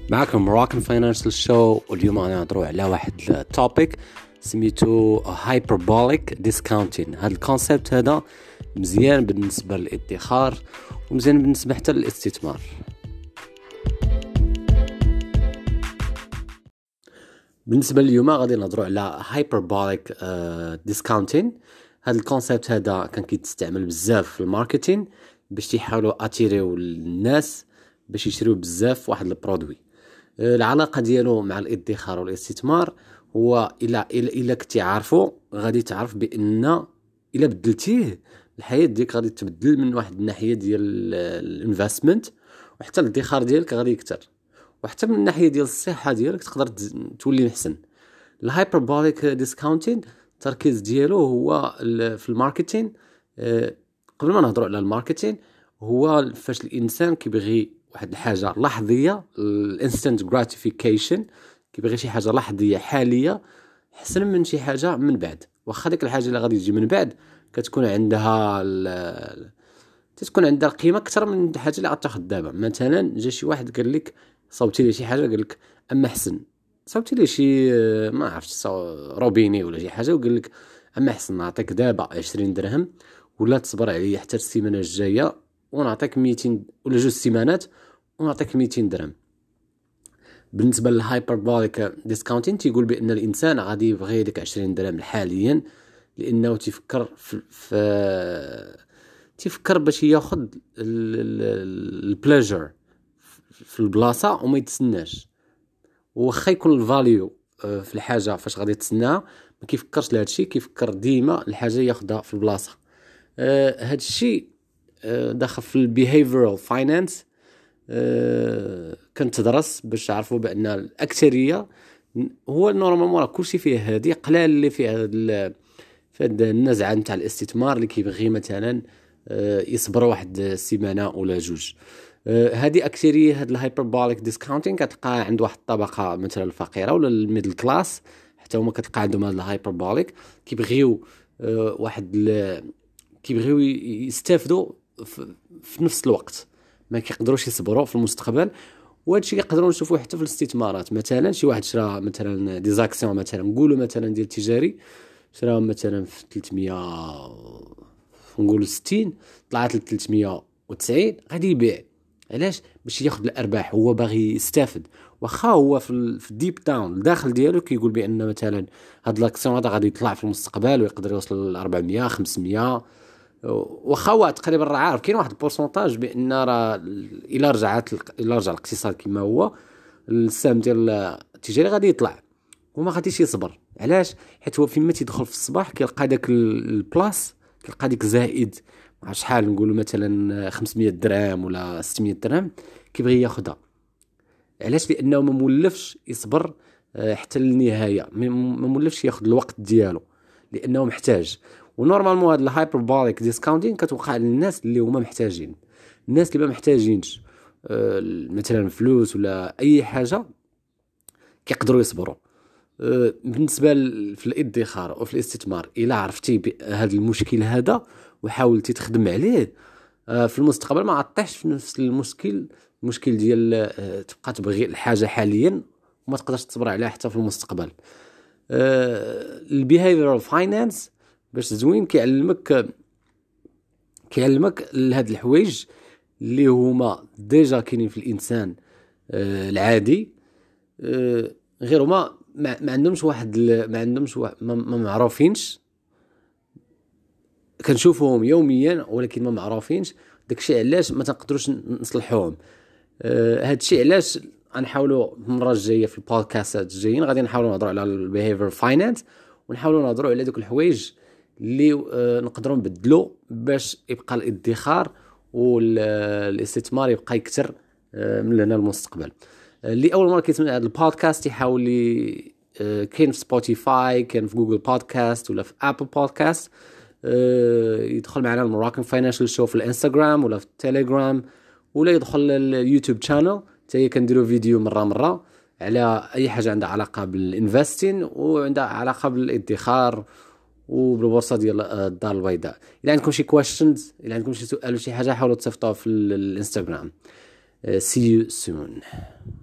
معكم مراكن فاينانشال شو، واليوم انا نهضروا على واحد التوبيك سميتو هايبربوليك ديسكاونتين. هذا الكونسيبت هذا مزيان بالنسبه للادخار ومزيان بالنسبه حتى للاستثمار. بالنسبه اليوم غادي نهضروا على هايبربوليك ديسكاونتين. هذا الكونسيبت هذا كان كيتستعمل بزاف في الماركتين باش يحاولوا اتيريو الناس باش يشريو بزاف واحد البرودوي. العلاقه ديالو مع الادخار والاستثمار هو الا كنتي عارفو غادي تعرف بان الا بدلتيه الحياه ديالك غادي تبدل من واحد الناحيه ديال الانفستمنت، وحتى الادخار ديالك غادي يكثر، وحتى من الناحيه ديال الصحه ديالك تقدر تولي محسن. الهايبربوليك ديسكاونتين التركيز ديالو هو في الماركتين. قبل ما نهضروا على الماركتين، هو فاش الانسان كيبغي واحد الحاجه لحظيه، الانستنت جراتيفيكيشن، كيبغي شي حاجه لحظيه حاليه احسن من شي حاجه من بعد. واخا ديك الحاجه اللي غادي تجي من بعد كتكون عندها القيمه اكثر من الحاجه اللي غتاخذ دابا. مثلا جا شي واحد قال لك صوبتي لي شي حاجه، قال لك اما حسن صوبتي لي شي ما عرفتش روبيني ولا شي حاجه، وقال لك اما حسن نعطيك دابا 20 درهم ولا تصبر عليا حتى السيمانه الجايه ونعطيك 200 ولا 2 سيمانات ونعطيك 200 درهم. بالنسبه للهايبربوليك ديسكاونتين تيقول بان الانسان غادي يبغي ديك 20 درهم حاليا، لانه تيفكر تيفكر باش ياخذ البليجر في البلاصه وما يتسناش. واخا يكون الفاليو في الحاجه فاش غادي تسناها ما كيفكرش لهذا الشيء، كيفكر ديما الحاجه ياخذها في البلاصه. هذا الشيء داخل في البيهيفيرال فاينانس. كنت تدرس باش عرفوا بان الاكثريه هو نورمالمون راه كلشي فيه هادي، قلال اللي فيه هاد النزعه نتاع الاستثمار اللي كيبغي مثلا يصبر واحد السيمانه ولا جوج. هذه اكثريه هاد الهايبربوليك ديسكاونتين كتلقى عند واحد الطبقه مثلا الفقيره ولا الميدل كلاس، حتى هما كتلقى عندهم هاد الهايبربوليك كيبغيو كيبغيو يستافدوا في نفس الوقت، ما كيقدروش يصبروا في المستقبل. وهذا الشيء يقدروا نشوفوه حتى في الاستثمارات. مثلا شي واحد شرا مثلا دي زاكسيون مثلا نقولوا مثلا ديال تجاري، شراهم مثلا في 300 نقولوا 60، طلعت ل 390، غادي يبيع. علاش؟ باش ياخذ الارباح، هو باغي يستافد. واخا هو في الديب داون الداخل ديالو كيقول بان مثلا هاد لاكسيون هذا غادي يطلع في المستقبل ويقدر يوصل ل 400 500. واخا هو تقريبا راه عارف كاين واحد البورسونتاج بان راه الا رجع الاقتصاد كما هو السهم ديال التجاري غادي يطلع وما غاديش يصبر. علاش؟ حيت هو فيما تيدخل في الصباح كيلقى داك البلاص، كيلقى ديك زائد مع شحال نقولوا مثلا 500 درهم ولا 600 درهم كيبغي ياخذها. علاش؟ لانه ما مولفش يصبر حتى للنهايه، ما مولفش ياخذ الوقت ديالو لانه محتاج. ونورمالمون هاد الهايبربوليك ديسكاونتين كتوقع للناس اللي هما محتاجين. الناس اللي ما محتاجينش مثلا فلوس ولا اي حاجه كيقدروا يصبروا. بالنسبه في الادخار وفي الاستثمار، الا عرفتي هذا المشكل هذا وحاولتي تخدم عليه في المستقبل ما عطيحش في نفس المشكل ديال تبقى تبغي الحاجه حاليا وما تقدرش تصبر عليها حتى في المستقبل. البيهيفيرال فاينانس باش زوين كيعلمك لهاد الحوايج اللي هما ديجا كاينين في الانسان العادي، غير هما ما عندهمش واحد ما معروفينش، كنشوفوهم يوميا ولكن ما معروفينش. داكشي علاش ما تنقدروش نصلحوهم. هادشي علاش غنحاولوا المره الجايه في البودكاستات الجايين غادي نحاولوا نهضروا على البيهيفير فاينانس، ونحاولوا نهضروا على دوك الحوايج اللي نقدروا نبدلوا باش يبقى الادخار والاستثمار يبقى يكثر من هنا للمستقبل. اللي اول مره كيسمع هذا البودكاست يحاول لي كاين في سبوتيفاي، كاين في جوجل بودكاست ولا في ابل بودكاست، يدخل معنا المراكن فاينانشال شو في الانستغرام ولا في التليجرام، ولا يدخل اليوتيوب شانل حتى كنديروا فيديو مره على اي حاجه عندها علاقه بالانفستين وعندها علاقه بالادخار وبالبورصه ديال الدار البيضاء. الا عندكم شي كويشنز، الا عندكم شي سؤال ولا شي حاجه حاولوا تصيفطوها في الانستغرام. See you soon.